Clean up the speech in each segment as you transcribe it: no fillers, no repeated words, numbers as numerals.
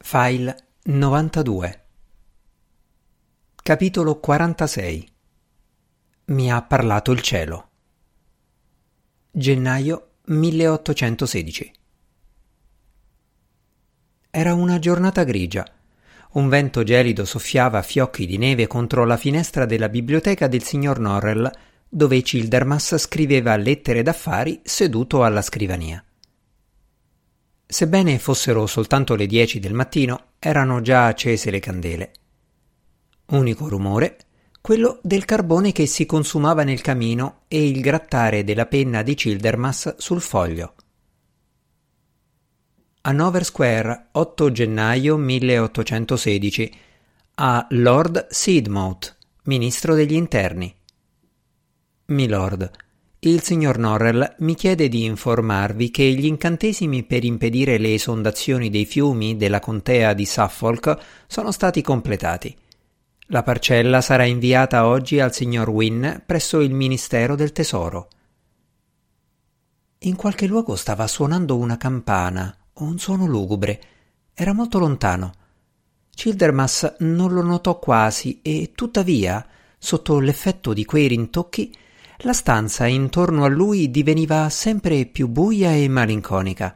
File 92. Capitolo 46. Mi ha parlato il cielo. Gennaio 1816. Era una giornata grigia. Un vento gelido soffiava a fiocchi di neve contro la finestra della biblioteca del signor Norrell, dove Childermas scriveva lettere d'affari seduto alla scrivania. Sebbene fossero soltanto le 10 del mattino, erano già accese le candele. Unico rumore, quello del carbone che si consumava nel camino e il grattare della penna di Childermas sul foglio. Hanover Square, 8 gennaio 1816. A Lord Sidmouth, ministro degli interni. Milord, il signor Norrell mi chiede di informarvi che gli incantesimi per impedire le esondazioni dei fiumi della contea di Suffolk sono stati completati. La parcella sarà inviata oggi al signor Wynne presso il Ministero del Tesoro. In qualche luogo stava suonando una campana o un suono lugubre. Era molto lontano. Childermas non lo notò quasi e, tuttavia, sotto l'effetto di quei rintocchi, la stanza intorno a lui diveniva sempre più buia e malinconica.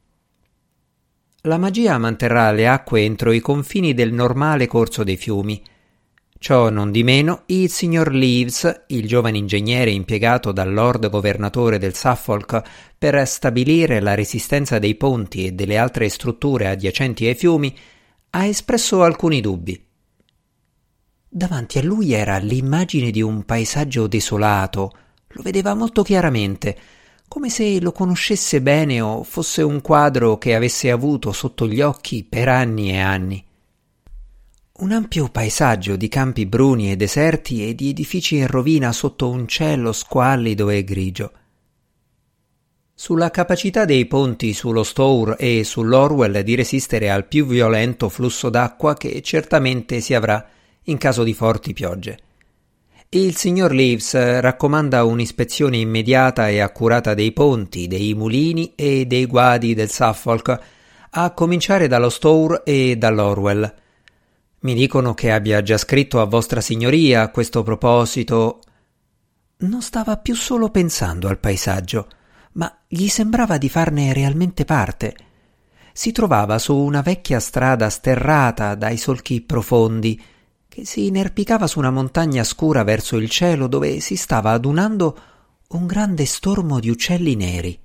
La magia manterrà le acque entro i confini del normale corso dei fiumi. Ciò non di meno, il signor Leaves, il giovane ingegnere impiegato dal Lord Governatore del Suffolk per stabilire la resistenza dei ponti e delle altre strutture adiacenti ai fiumi, ha espresso alcuni dubbi. Davanti a lui era l'immagine di un paesaggio desolato. Lo vedeva molto chiaramente, come se lo conoscesse bene o fosse un quadro che avesse avuto sotto gli occhi per anni e anni. Un ampio paesaggio di campi bruni e deserti e di edifici in rovina sotto un cielo squallido e grigio. Sulla capacità dei ponti sullo Stour e sull'Orwell di resistere al più violento flusso d'acqua che certamente si avrà in caso di forti piogge. Il signor Leaves raccomanda un'ispezione immediata e accurata dei ponti, dei mulini e dei guadi del Suffolk, a cominciare dallo Stour e dall'Orwell. Mi dicono che abbia già scritto a vostra signoria a questo proposito. Non stava più solo pensando al paesaggio, ma gli sembrava di farne realmente parte. Si trovava su una vecchia strada sterrata dai solchi profondi, che si inerpicava su una montagna scura verso il cielo dove si stava adunando un grande stormo di uccelli neri.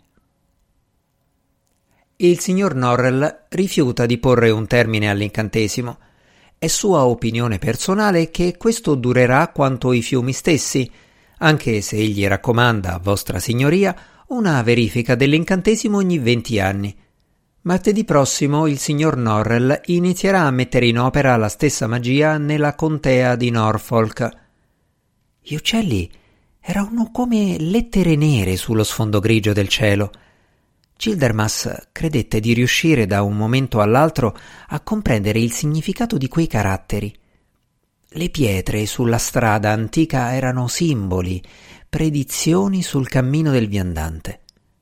Il signor Norrell rifiuta di porre un termine all'incantesimo. È sua opinione personale che questo durerà quanto i fiumi stessi, anche se egli raccomanda a vostra signoria una verifica dell'incantesimo ogni 20 anni. Martedì prossimo il signor Norrell inizierà a mettere in opera la stessa magia nella contea di Norfolk. Gli uccelli erano come lettere nere sullo sfondo grigio del cielo. Childermas credette di riuscire da un momento all'altro a comprendere il significato di quei caratteri. Le pietre sulla strada antica erano simboli, predizioni sul cammino del viandante.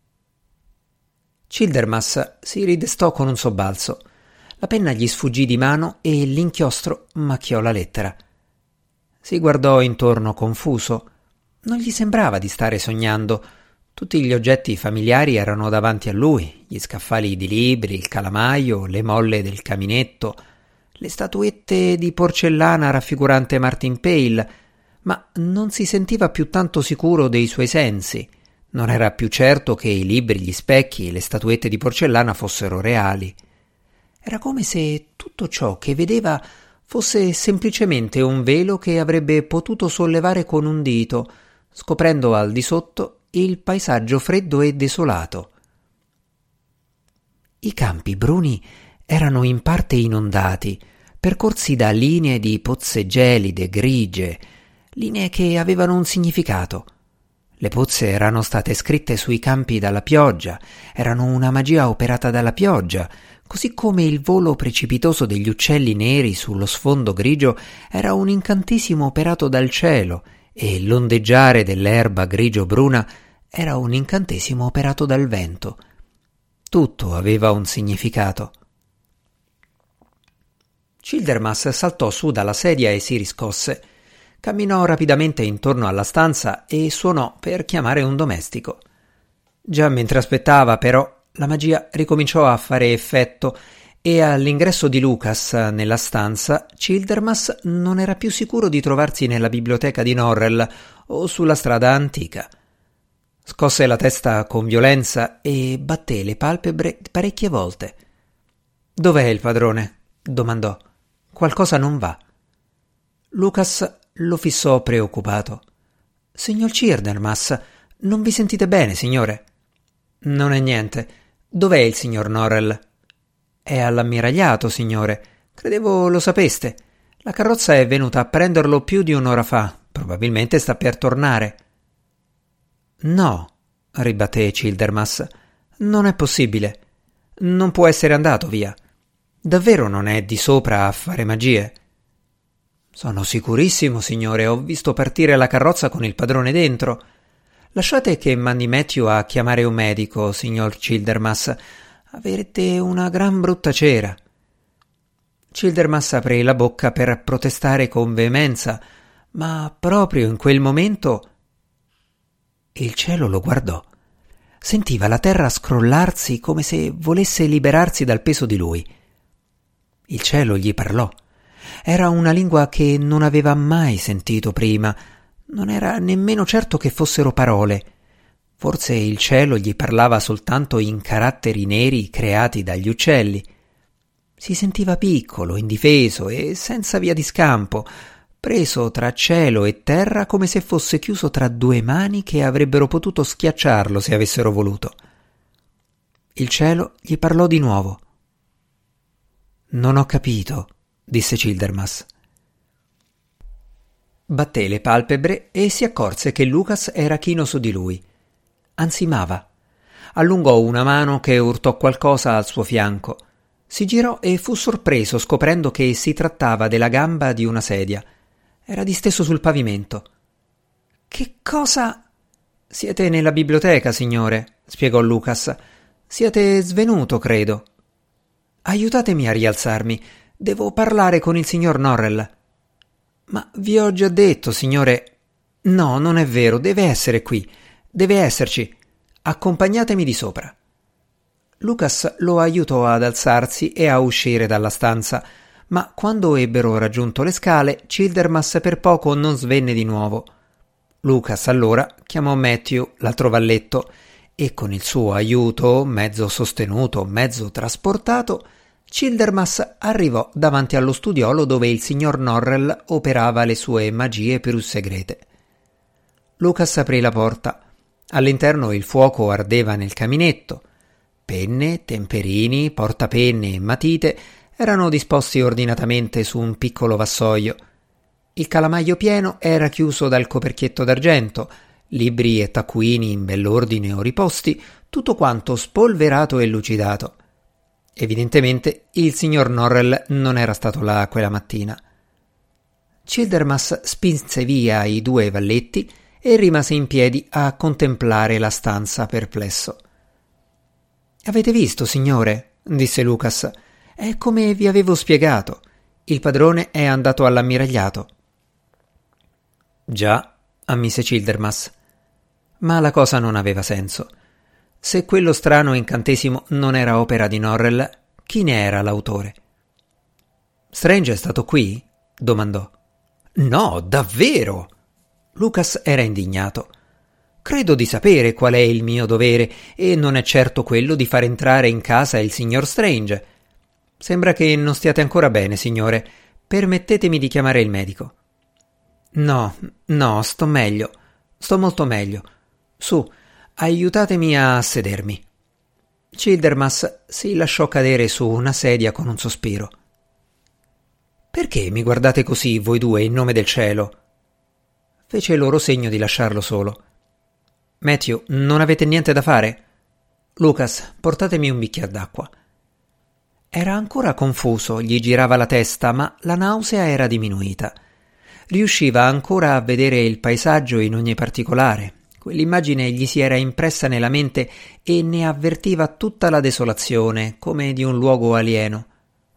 Childermas si ridestò con un sobbalzo. La penna gli sfuggì di mano e l'inchiostro macchiò la lettera. Si guardò intorno confuso. Non gli sembrava di stare sognando. Tutti gli oggetti familiari erano davanti a lui, gli scaffali di libri, il calamaio, le molle del caminetto, le statuette di porcellana raffigurante Martin Pale, ma non si sentiva più tanto sicuro dei suoi sensi. Non era più certo che i libri, gli specchi e le statuette di porcellana fossero reali. Era come se tutto ciò che vedeva fosse semplicemente un velo che avrebbe potuto sollevare con un dito, scoprendo al di sotto il paesaggio freddo e desolato. I campi bruni erano in parte inondati, percorsi da linee di pozze gelide, grigie, linee che avevano un significato. Le pozze erano state scritte sui campi dalla pioggia, erano una magia operata dalla pioggia, così come il volo precipitoso degli uccelli neri sullo sfondo grigio era un incantesimo operato dal cielo e l'ondeggiare dell'erba grigio-bruna era un incantesimo operato dal vento. Tutto aveva un significato. Childermas saltò su dalla sedia e si riscosse. Camminò rapidamente intorno alla stanza e suonò per chiamare un domestico. Già mentre aspettava, però, la magia ricominciò a fare effetto e all'ingresso di Lucas nella stanza Childermas non era più sicuro di trovarsi nella biblioteca di Norrell o sulla strada antica. Scosse la testa con violenza e batté le palpebre parecchie volte. «Dov'è il padrone?» domandò. «Qualcosa non va». Lucas lo fissò preoccupato. «Signor Childermas, non vi sentite bene, signore?» «Non è niente. Dov'è il signor Norrell?» «È all'ammiragliato, signore. Credevo lo sapeste. La carrozza è venuta a prenderlo più di un'ora fa. Probabilmente sta per tornare». «No», ribatté Childermas, «non è possibile. Non può essere andato via. Davvero non è di sopra a fare magie?» «Sono sicurissimo, signore. Ho visto partire la carrozza con il padrone dentro. Lasciate che mandi Matthew a chiamare un medico, signor Childermas. Avrete una gran brutta cera». Childermas aprì la bocca per protestare con veemenza, ma proprio in quel momento il cielo lo guardò. Sentiva la terra scrollarsi come se volesse liberarsi dal peso di lui. Il cielo gli parlò. Era una lingua che non aveva mai sentito prima. Non era nemmeno certo che fossero parole. Forse il cielo gli parlava soltanto in caratteri neri creati dagli uccelli. Si sentiva piccolo, indifeso e senza via di scampo, preso tra cielo e terra come se fosse chiuso tra due mani che avrebbero potuto schiacciarlo se avessero voluto. Il cielo gli parlò di nuovo. «Non ho capito», disse Childermas. Batté le palpebre e si accorse che Lucas era chino su di lui. Ansimava. Allungò una mano che urtò qualcosa al suo fianco. Si girò e fu sorpreso scoprendo che si trattava della gamba di una sedia. Era disteso sul pavimento. «Che cosa?» «Siete nella biblioteca, signore», spiegò Lucas. «Siete svenuto, credo». «Aiutatemi a rialzarmi. Devo parlare con il signor Norrell». «Ma vi ho già detto, signore...» «No, non è vero, deve essere qui. Deve esserci. Accompagnatemi di sopra». Lucas lo aiutò ad alzarsi e a uscire dalla stanza, ma quando ebbero raggiunto le scale, Childermas per poco non svenne di nuovo. Lucas allora chiamò Matthew, l'altro valletto, e con il suo aiuto, mezzo sostenuto, mezzo trasportato, Childermas arrivò davanti allo studiolo dove il signor Norrell operava le sue magie più segrete. Lucas aprì la porta. All'interno il fuoco ardeva nel caminetto. Penne, temperini, portapenne e matite erano disposti ordinatamente su un piccolo vassoio. Il calamaio pieno era chiuso dal coperchietto d'argento, libri e taccuini in bell'ordine o riposti, tutto quanto spolverato e lucidato. Evidentemente il signor Norrell non era stato là quella mattina. Childermas spinse via i due valletti e rimase in piedi a contemplare la stanza perplesso. «Avete visto, signore?» disse Lucas. «È come vi avevo spiegato. Il padrone è andato all'ammiragliato». «Già», ammise Childermas. Ma la cosa non aveva senso. Se quello strano incantesimo non era opera di Norrell, chi ne era l'autore? «Strange è stato qui?» domandò. «No, davvero!» Lucas era indignato. «Credo di sapere qual è il mio dovere e non è certo quello di far entrare in casa il signor Strange. Sembra che non stiate ancora bene, signore. Permettetemi di chiamare il medico». No, sto meglio. Sto molto meglio. Su, aiutatemi a sedermi». Childermas si lasciò cadere su una sedia con un sospiro. «Perché mi guardate così, voi due, in nome del cielo?» Fece loro segno di lasciarlo solo. «Matthew, non avete niente da fare?» «Lucas, portatemi un bicchiere d'acqua». Era ancora confuso, gli girava la testa, ma la nausea era diminuita. Riusciva ancora a vedere il paesaggio in ogni particolare. Quell'immagine gli si era impressa nella mente e ne avvertiva tutta la desolazione, come di un luogo alieno.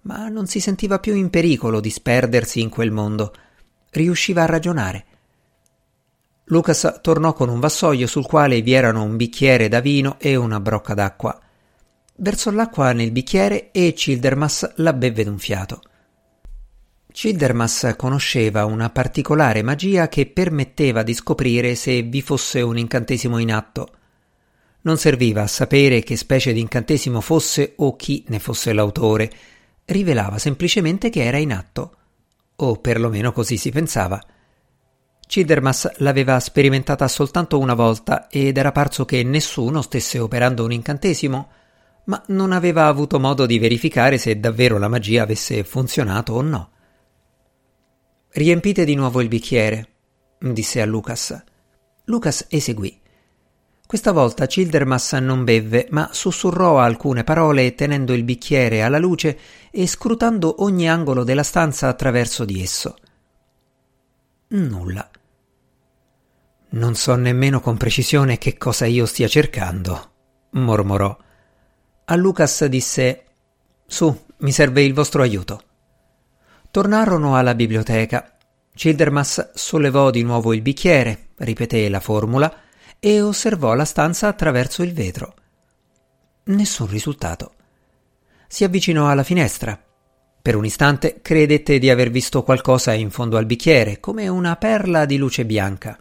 ma non si sentiva più in pericolo di sperdersi in quel mondo. Riusciva a ragionare. Lucas tornò con un vassoio sul quale vi erano un bicchiere da vino e una brocca d'acqua. Versò l'acqua nel bicchiere e Childermas la bevve d'un fiato. Childermas conosceva una particolare magia che permetteva di scoprire se vi fosse un incantesimo in atto. Non serviva a sapere che specie di incantesimo fosse o chi ne fosse l'autore, rivelava semplicemente che era in atto, o perlomeno così si pensava. Childermas l'aveva sperimentata soltanto una volta ed era parso che nessuno stesse operando un incantesimo, ma non aveva avuto modo di verificare se davvero la magia avesse funzionato o no. «Riempite di nuovo il bicchiere», disse a Lucas. Lucas eseguì. Questa volta Childermas non bevve, ma sussurrò alcune parole tenendo il bicchiere alla luce e scrutando ogni angolo della stanza attraverso di esso. Nulla. «Non so nemmeno con precisione che cosa io stia cercando», mormorò. A Lucas disse: «Su, mi serve il vostro aiuto». Tornarono alla biblioteca. Childermas sollevò di nuovo il bicchiere, ripeté la formula e osservò la stanza attraverso il vetro. Nessun risultato. Si avvicinò alla finestra. Per un istante credette di aver visto qualcosa in fondo al bicchiere, come una perla di luce bianca.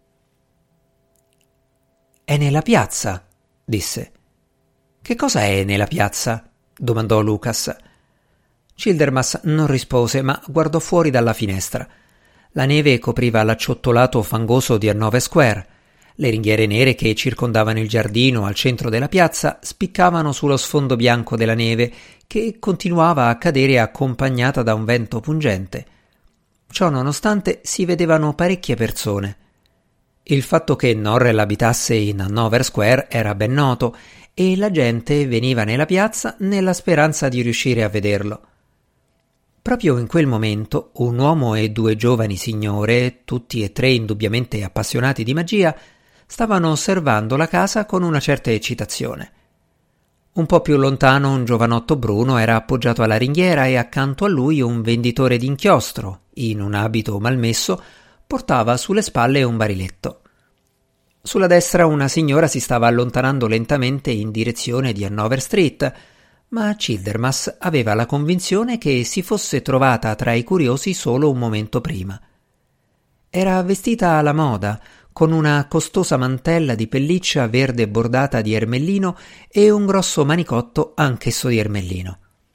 «È nella piazza», disse. «Che cosa è nella piazza?» domandò Lucas. Childermas non rispose, ma guardò fuori dalla finestra. La neve copriva l'acciottolato fangoso di Hanover Square. Le ringhiere nere che circondavano il giardino al centro della piazza spiccavano sullo sfondo bianco della neve, che continuava a cadere accompagnata da un vento pungente. Ciò nonostante si vedevano parecchie persone. Il fatto che Norrell abitasse in Hanover Square era ben noto e la gente veniva nella piazza nella speranza di riuscire a vederlo. Proprio in quel momento un uomo e due giovani signore, tutti e tre indubbiamente appassionati di magia, stavano osservando la casa con una certa eccitazione. Un po' più lontano un giovanotto bruno era appoggiato alla ringhiera e accanto a lui un venditore d'inchiostro, in un abito malmesso, portava sulle spalle un bariletto. Sulla destra una signora si stava allontanando lentamente in direzione di Hanover Street, ma Childermas aveva la convinzione che si fosse trovata tra i curiosi solo un momento prima. Era vestita alla moda, con una costosa mantella di pelliccia verde bordata di ermellino e un grosso manicotto anch'esso di ermellino.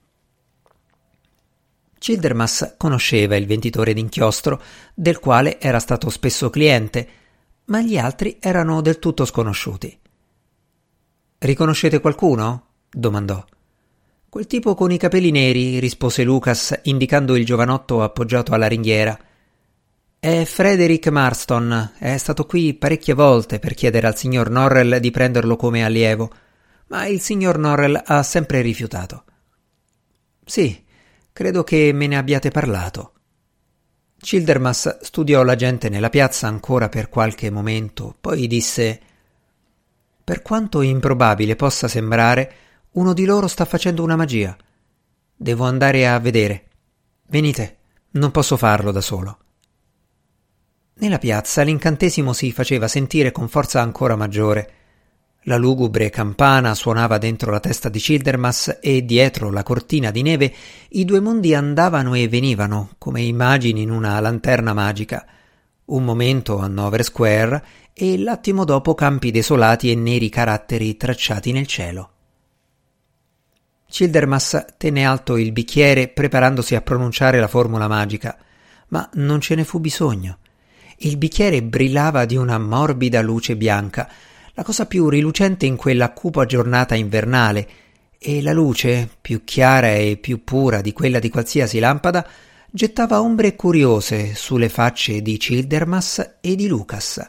Childermas conosceva il venditore d'inchiostro, del quale era stato spesso cliente, ma gli altri erano del tutto sconosciuti. «Riconoscete qualcuno?» domandò. «Quel tipo con i capelli neri», rispose Lucas, indicando il giovanotto appoggiato alla ringhiera. «È Frederick Marston. È stato qui parecchie volte per chiedere al signor Norrell di prenderlo come allievo, ma il signor Norrell ha sempre rifiutato». «Sì, credo che me ne abbiate parlato». Childermas studiò la gente nella piazza ancora per qualche momento, poi disse: «Per quanto improbabile possa sembrare, uno di loro sta facendo una magia. Devo andare a vedere. Venite, non posso farlo da solo». Nella piazza l'incantesimo si faceva sentire con forza ancora maggiore. La lugubre campana suonava dentro la testa di Childermas e dietro la cortina di neve i due mondi andavano e venivano come immagini in una lanterna magica. Un momento Hanover Square e l'attimo dopo campi desolati e neri caratteri tracciati nel cielo. Childermas tenne alto il bicchiere preparandosi a pronunciare la formula magica, ma non ce ne fu bisogno. Il bicchiere brillava di una morbida luce bianca, la cosa più rilucente in quella cupa giornata invernale, e la luce, più chiara e più pura di quella di qualsiasi lampada, gettava ombre curiose sulle facce di Childermas e di Lucas.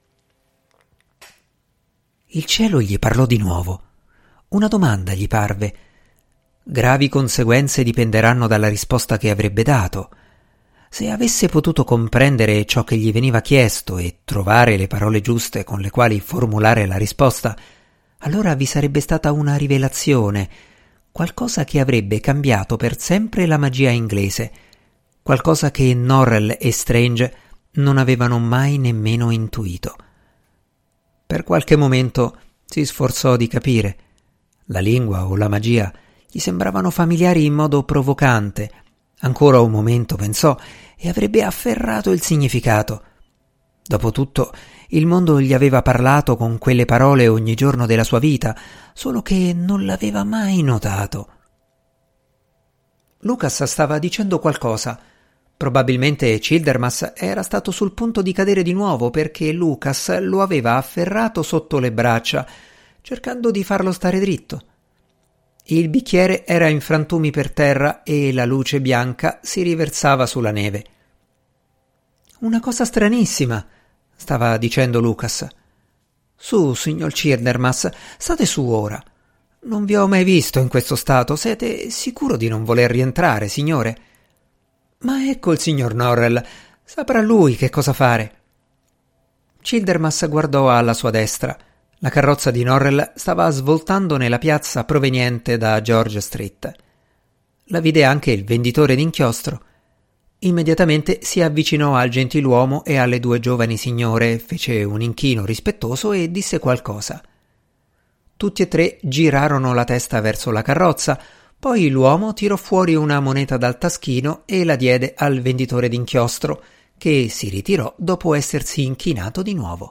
Il cielo gli parlò di nuovo. Una domanda gli parve. Gravi conseguenze dipenderanno dalla risposta che avrebbe dato. Se avesse potuto comprendere ciò che gli veniva chiesto e trovare le parole giuste con le quali formulare la risposta, allora vi sarebbe stata una rivelazione, qualcosa che avrebbe cambiato per sempre la magia inglese, qualcosa che Norrell e Strange non avevano mai nemmeno intuito. Per qualche momento si sforzò di capire. La lingua o la magia gli sembravano familiari in modo provocante. Ancora un momento pensò e avrebbe afferrato il significato. Dopotutto, il mondo gli aveva parlato con quelle parole ogni giorno della sua vita, solo che non l'aveva mai notato. Lucas stava dicendo qualcosa. Probabilmente Childermas era stato sul punto di cadere di nuovo perché Lucas lo aveva afferrato sotto le braccia, cercando di farlo stare dritto. Il bicchiere era in frantumi per terra e la luce bianca si riversava sulla neve. «Una cosa stranissima», stava dicendo Lucas. «Su, signor Childermas, state su ora. Non vi ho mai visto in questo stato. Siete sicuro di non voler rientrare, signore?» «Ma ecco il signor Norrell. Saprà lui che cosa fare». Childermas guardò alla sua destra. La carrozza di Norrell stava svoltando nella piazza proveniente da George Street. La vide anche il venditore d'inchiostro. Immediatamente si avvicinò al gentiluomo e alle due giovani signore, fece un inchino rispettoso e disse qualcosa. Tutti e tre girarono la testa verso la carrozza, poi l'uomo tirò fuori una moneta dal taschino e la diede al venditore d'inchiostro, che si ritirò dopo essersi inchinato di nuovo.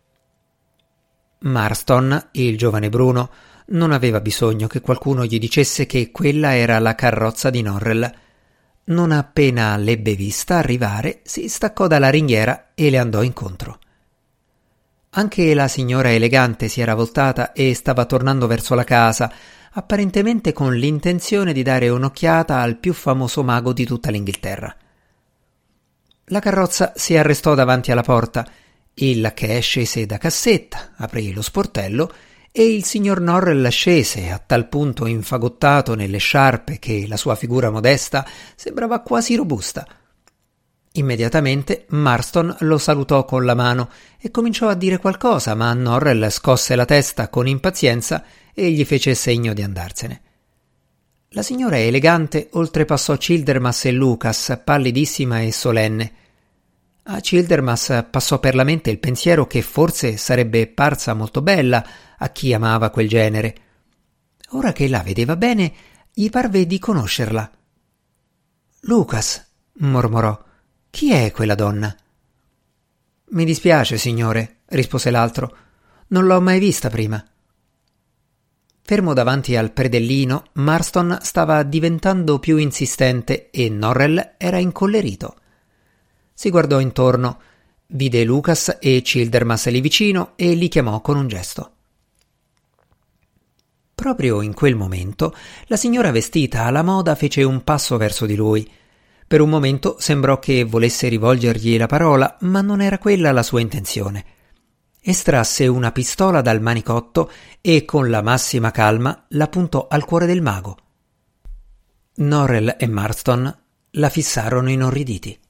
Marston, il giovane Bruno, non aveva bisogno che qualcuno gli dicesse che quella era la carrozza di Norrell. Non appena l'ebbe vista arrivare, si staccò dalla ringhiera e le andò incontro. Anche la signora elegante si era voltata e stava tornando verso la casa, apparentemente con l'intenzione di dare un'occhiata al più famoso mago di tutta l'Inghilterra. La carrozza si arrestò davanti alla porta. Il lacchè scese da cassetta, aprì lo sportello e il signor Norrell scese, a tal punto infagottato nelle sciarpe che la sua figura modesta sembrava quasi robusta. Immediatamente Marston lo salutò con la mano e cominciò a dire qualcosa, ma Norrell scosse la testa con impazienza e gli fece segno di andarsene. La signora elegante oltrepassò Childermas e Lucas, pallidissima e solenne. A Childermas passò per la mente il pensiero che forse sarebbe parsa molto bella a chi amava quel genere. Ora che la vedeva bene, gli parve di conoscerla. «Lucas», mormorò, «chi è quella donna?» «Mi dispiace, signore», rispose l'altro, «non l'ho mai vista prima». Fermo davanti al predellino, Marston stava diventando più insistente e Norrell era incollerito. Si guardò intorno, vide Lucas e Childermas lì vicino e li chiamò con un gesto. Proprio in quel momento la signora vestita alla moda fece un passo verso di lui. Per un momento sembrò che volesse rivolgergli la parola, ma non era quella la sua intenzione. Estrasse una pistola dal manicotto e con la massima calma la puntò al cuore del mago. Norrell e Marston la fissarono inorriditi.